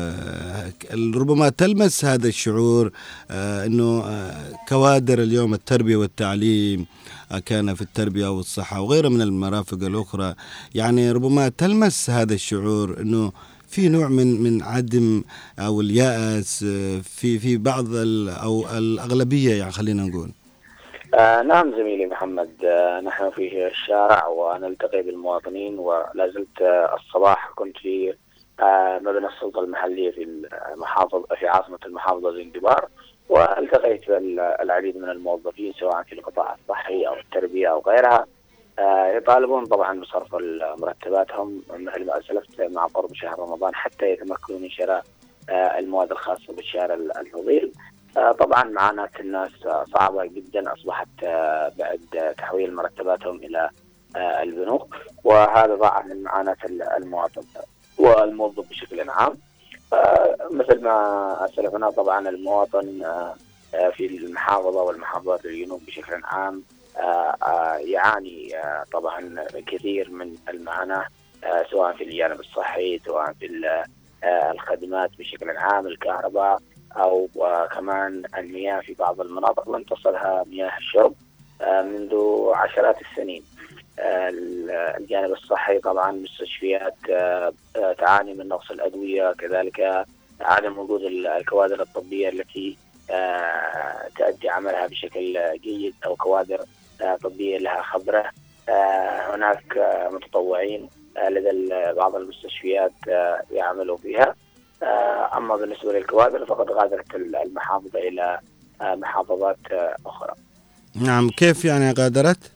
ربما تلمس هذا الشعور أنه كوادر اليوم التربية والتعليم كان في التربية والصحة وغيرها من المرافق الأخرى، يعني ربما تلمس هذا الشعور أنه في نوع من عدم أو اليأس في بعض أو الأغلبية، يعني خلينا نقول. نعم زميلي محمد، نحن في الشارع ونلتقي بالمواطنين، ولا زلت الصباح كنت في مبنى السلطة المحلية في عاصمة المحافظة زنجبار، والتقيت بالعديد من الموظفين سواء في القطاع الصحي أو التربية أو غيرها، يطالبون طبعا بصرف مرتباتهم مثل ما أسلفت مع قرب شهر رمضان حتى يتمكنوا من شراء المواد الخاصة بالشهر الفضيل. طبعا معاناة الناس صعبة جدا، أصبحت بعد تحويل مرتباتهم إلى البنوك، وهذا ضاعف من معاناة المواطن والموظف بشكل عام. مثل ما أسلفنا طبعا المواطن في المحافظة والمحافظات الجنوب بشكل عام يعاني طبعا كثير من المعاناة، سواء في الجانب الصحي، سواء في الخدمات بشكل عام، الكهرباء، أو كمان المياه. في بعض المناطق لم تصلها مياه الشرب منذ عشرات السنين. الجانب الصحي طبعا مستشفيات تعاني من نقص الأدوية، كذلك عدم وجود الكوادر الطبية التي تؤدي عملها بشكل جيد، أو كوادر طبية لها خبرة. هناك متطوعين لدى بعض المستشفيات يعملوا فيها، أما بالنسبة للكوادر فقد غادرت المحافظة إلى محافظات أخرى. نعم، كيف يعني غادرت؟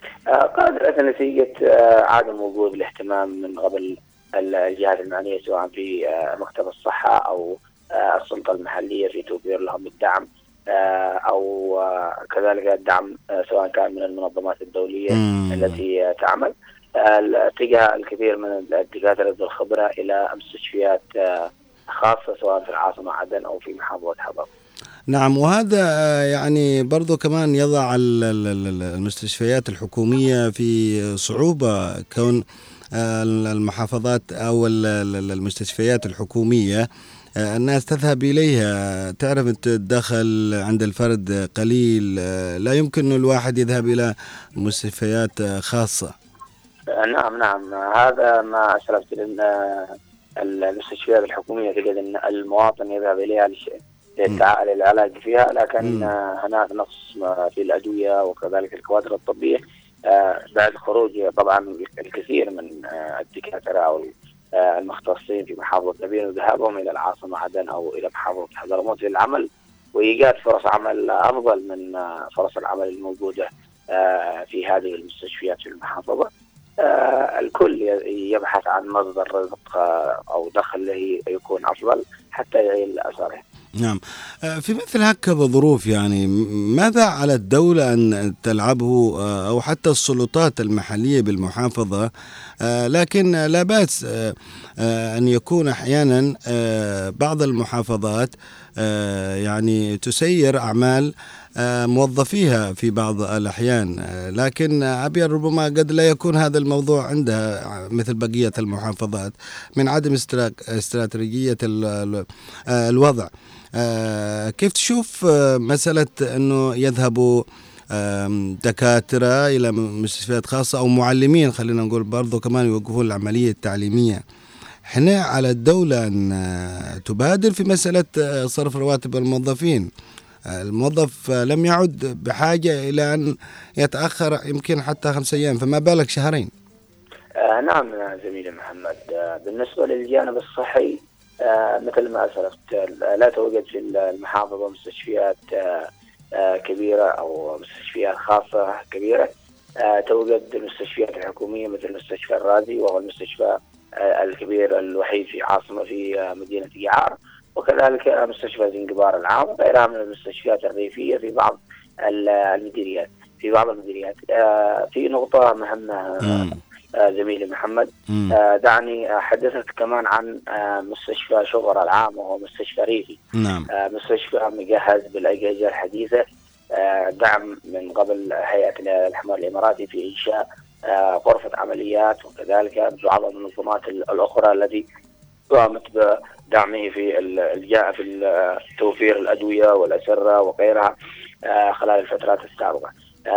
قادرة نتيجة عدم وجود الاهتمام من قبل الجهات المعنية، سواء في مكتب الصحة أو السلطة المحلية في توفير لهم الدعم، أو كذلك الدعم سواء كان من المنظمات الدولية التي تعمل. اتجاه الكثير من الدكاترة ذو الخبرة إلى مستشفيات خاصة سواء في العاصمة عدن أو في محافظة حضر. نعم، وهذا يعني برضو كمان يضع المستشفيات الحكومية في صعوبة، كون المحافظات أو المستشفيات الحكومية الناس تذهب إليها، تعرف أنت الدخل عند الفرد قليل، لا يمكن الواحد يذهب إلى مستشفيات خاصة. نعم، هذا ما أسلفت، لأن المستشفيات الحكومية تجد أن المواطن يذهب إليها للعلاج فيها، لكن هناك نقص في الأدوية وكذلك الكوادر الطبية بعد خروج طبعا الكثير من الدكاترة أو المختصين في محافظة نبيل وذهابهم إلى العاصمة عدن أو إلى محافظة حضرموت للعمل وإيجاد فرص عمل أفضل من فرص العمل الموجودة في هذه المستشفيات في المحافظة. الكل يبحث عن مصدر رزق أو دخل له يكون أفضل حتى يعين أثره. نعم، في مثل هكذا ظروف يعني ماذا على الدولة أن تلعبه أو حتى السلطات المحلية بالمحافظة؟ لكن لا بأس أن يكون أحيانا بعض المحافظات يعني تسير أعمال موظفيها في بعض الأحيان، لكن أبيض ربما قد لا يكون هذا الموضوع عندها مثل بقية المحافظات من عدم استراتيجية الوضع. كيف تشوف مسألة أنه يذهبوا دكاترة إلى مستشفيات خاصة أو معلمين، خلينا نقول برضو كمان يوقفون العملية التعليمية؟ احنا على الدولة أن تبادر في مسألة صرف رواتب الموظفين. الموظف لم يعد بحاجة إلى أن يتأخر يمكن حتى 5 أيام، فما بالك شهرين. نعم زميلي محمد، بالنسبة للجانب الصحي مثل ما أسلفت لا توجد في المحافظة مستشفيات كبيرة أو مستشفيات خاصة كبيرة. توجد المستشفيات الحكومية مثل مستشفى الرازي، وهو المستشفى الكبير الوحيد في عاصمة في مدينة يعار، وكذلك مستشفى زنجبار العام وغيرها من المستشفيات الريفية في بعض المديريات. في نقطة مهمة زميلي محمد، دعني أحدثك كمان عن مستشفى شغر العام، وهو مستشفى ريفي. نعم. مستشفى مجهز بالأجهزة الحديثة، دعم من قبل هيئة الحمار الإماراتي في إنشاء غرفة عمليات، وكذلك بعض المنظمات الأخرى التي قامت بدعمه في توفير الأدوية والأسرة وغيرها خلال الفترات السابقة.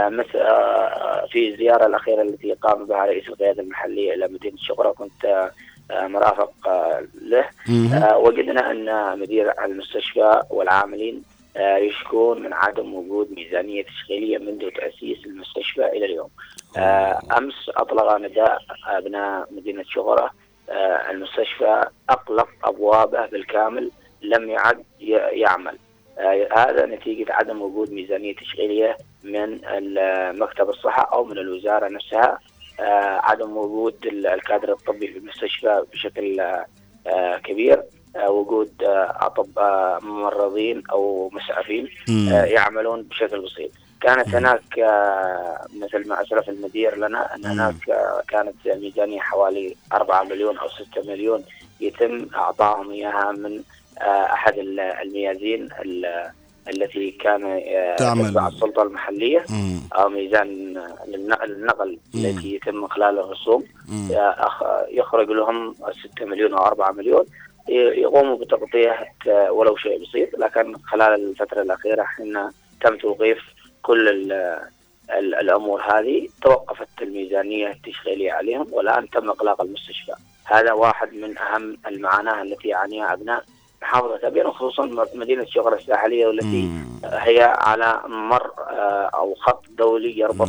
في الزيارة الأخيرة التي قام بها رئيس القيادة المحلية إلى مدينة شغرة كنت مرافق له، وجدنا أن مدير المستشفى والعاملين يشكون من عدم وجود ميزانية تشغيلية منذ تأسيس المستشفى إلى اليوم. أمس أطلق نداء أبناء مدينة شغرة، المستشفى أغلق أبوابه بالكامل، لم يعد يعمل. هذا نتيجة عدم وجود ميزانية تشغيلية من مكتب الصحة أو من الوزارة نفسها، عدم وجود الكادر الطبي في المستشفى بشكل كبير، وجود أطباء ممرضين أو مسعفين يعملون بشكل بسيط. كانت هناك مثل ما أسلف المدير لنا أن هناك كانت ميزانية حوالي 4 مليون أو 6 مليون يتم إعطائهم إياها من أحد الميازين التي كان تتبع السلطة المحلية، أو ميزان النقل التي يتم خلال الرسوم، يخرج لهم 6 مليون أو 4 مليون يقوموا بتغطية ولو شيء بسيط. لكن خلال الفترة الأخيرة حين تم توقيف كل الأمور هذه، توقفت الميزانية التشغيلية عليهم، والآن تم إغلاق المستشفى. هذا واحد من أهم المعاناة التي يعانيها أبناء محافظة أبين، وخصوصا مدينة شغرة الساحلية والتي هي على مر أو خط دولي يربط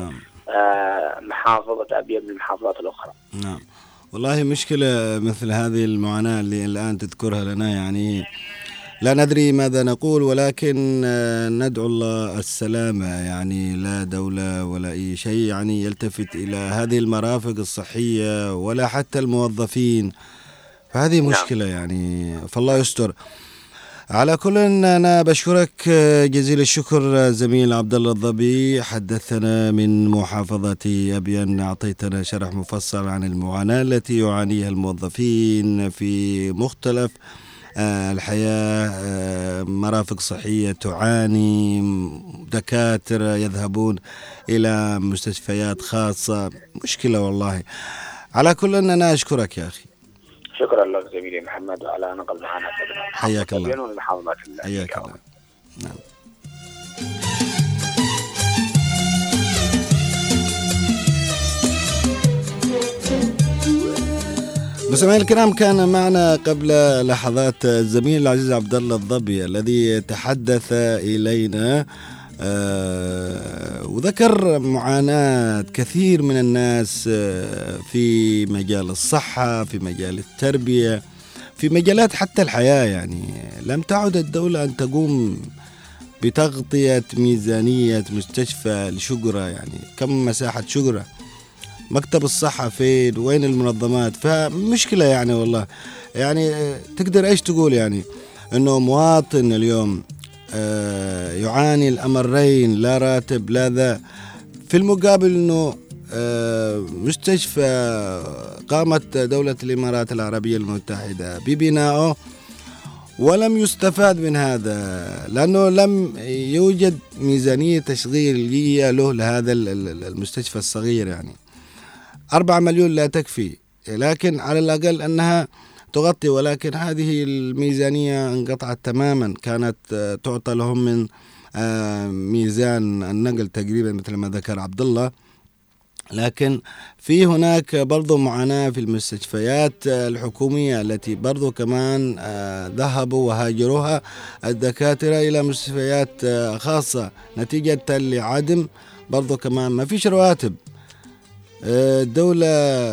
محافظة أبين بالمحافظات الأخرى. نعم، والله مشكلة مثل هذه المعاناة اللي الآن تذكرها لنا، يعني لا ندري ماذا نقول، ولكن ندعو الله السلامة. يعني لا دولة ولا أي شيء يعني يلتفت إلى هذه المرافق الصحية ولا حتى الموظفين، فهذه مشكلة يعني، فالله يستر. على كل أنا بشكرك جزيل الشكر زميل عبد الله الضبي، حدثنا من محافظة أبين، أعطيتنا شرح مفصل عن المعاناة التي يعانيها الموظفين في مختلف الحياة، مرافق صحية تعاني، دكاترة يذهبون إلى مستشفيات خاصة، مشكلة والله. على كل أنا أشكرك يا أخي. شكرا لك زميلي محمد على نقل معنا. حياك الله. حياك الله. نعم. مستمعينا الكرام، كان معنا قبل لحظات الزميل العزيز عبد الله الضبي الذي تحدث إلينا وذكر معاناة كثير من الناس في مجال الصحة، في مجال التربية، في مجالات حتى الحياة. يعني لم تعد الدولة أن تقوم بتغطية ميزانية مستشفى لشقرة. يعني كم مساحة شقرة؟ مكتب الصحة فين؟ وين المنظمات؟ فمشكلة يعني والله. يعني تقدر ايش تقول؟ يعني انه مواطن اليوم يعاني الأمرين، لا راتب لا ذا، في المقابل انه مستشفى قامت دولة الإمارات العربية المتحدة ببنائه ولم يستفاد من هذا، لأنه لم يوجد ميزانية تشغيلية له لهذا المستشفى الصغير. يعني 4 مليون لا تكفي، لكن على الأقل أنها تغطي، ولكن هذه الميزانية انقطعت تماما. كانت تعطى لهم من ميزان النقل تقريبا مثل ما ذكر عبد الله، لكن في هناك برضو معاناة في المستشفيات الحكومية التي برضو كمان ذهبوا وهاجروها الدكاترة إلى مستشفيات خاصة نتيجة لعدم برضو كمان ما فيش رواتب. الدولة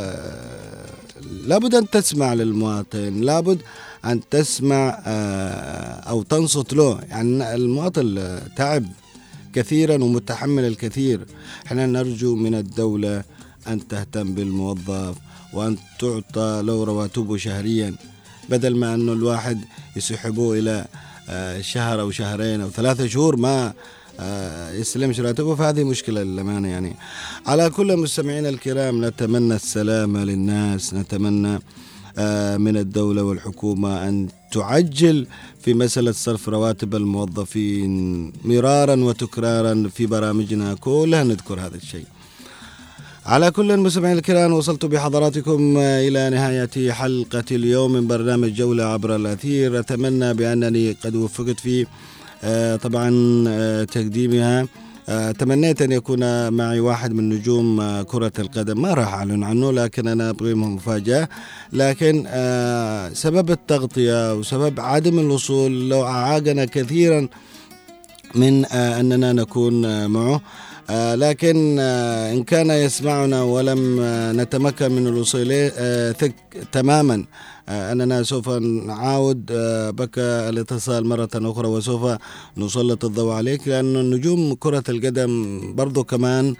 لابد أن تسمع للمواطن، لابد أن تسمع أو تنصت له. يعني المواطن تعب كثيرا ومتحمل الكثير. احنا نرجو من الدولة أن تهتم بالموظف وأن تعطى له رواتبه شهريا، بدل ما أنه الواحد يسحبوه إلى شهر أو شهرين أو 3 شهور ما يستلمش راتبه. فهذه مشكلة للأمانة. يعني على كل مستمعينا الكرام، نتمنى السلامة للناس، نتمنى من الدولة والحكومة أن تعجل في مسألة صرف رواتب الموظفين. مرارا وتكرارا في برامجنا كلها نذكر هذا الشيء. على كل المستمعين الكرام، وصلت بحضراتكم إلى نهاية حلقة اليوم من برنامج جولة عبر الأثير. أتمنى بأنني قد وفقت في طبعا تقديمها. تمنيت أن يكون معي واحد من نجوم كرة القدم، ما راح أعلن عنه، لكن أنا أبغي مفاجأة. لكن سبب التغطية وسبب عدم الوصول لو أعاقنا كثيرا من أننا نكون معه. لكن إن كان يسمعنا ولم نتمكن من الوصول ثق تماما أننا سوف نعاود بك الاتصال مرة أخرى، وسوف نسلط الضوء عليك، لأن النجوم كرة القدم برضو كمان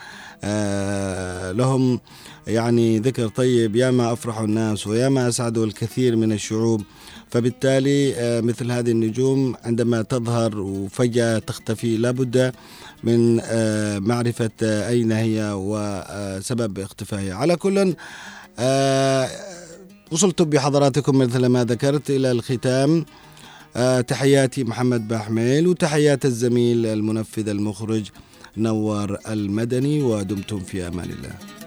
لهم يعني ذكر طيب، ياما أفرحوا الناس وياما أسعدوا الكثير من الشعوب. فبالتالي مثل هذه النجوم عندما تظهر وفجأة تختفي لابد من معرفة أين هي وسبب اختفائها. على كل وصلت بحضراتكم مثل ما ذكرت إلى الختام. تحياتي محمد باحميل، وتحيات الزميل المنفذ المخرج نوار المدني، ودمتم في أمان الله.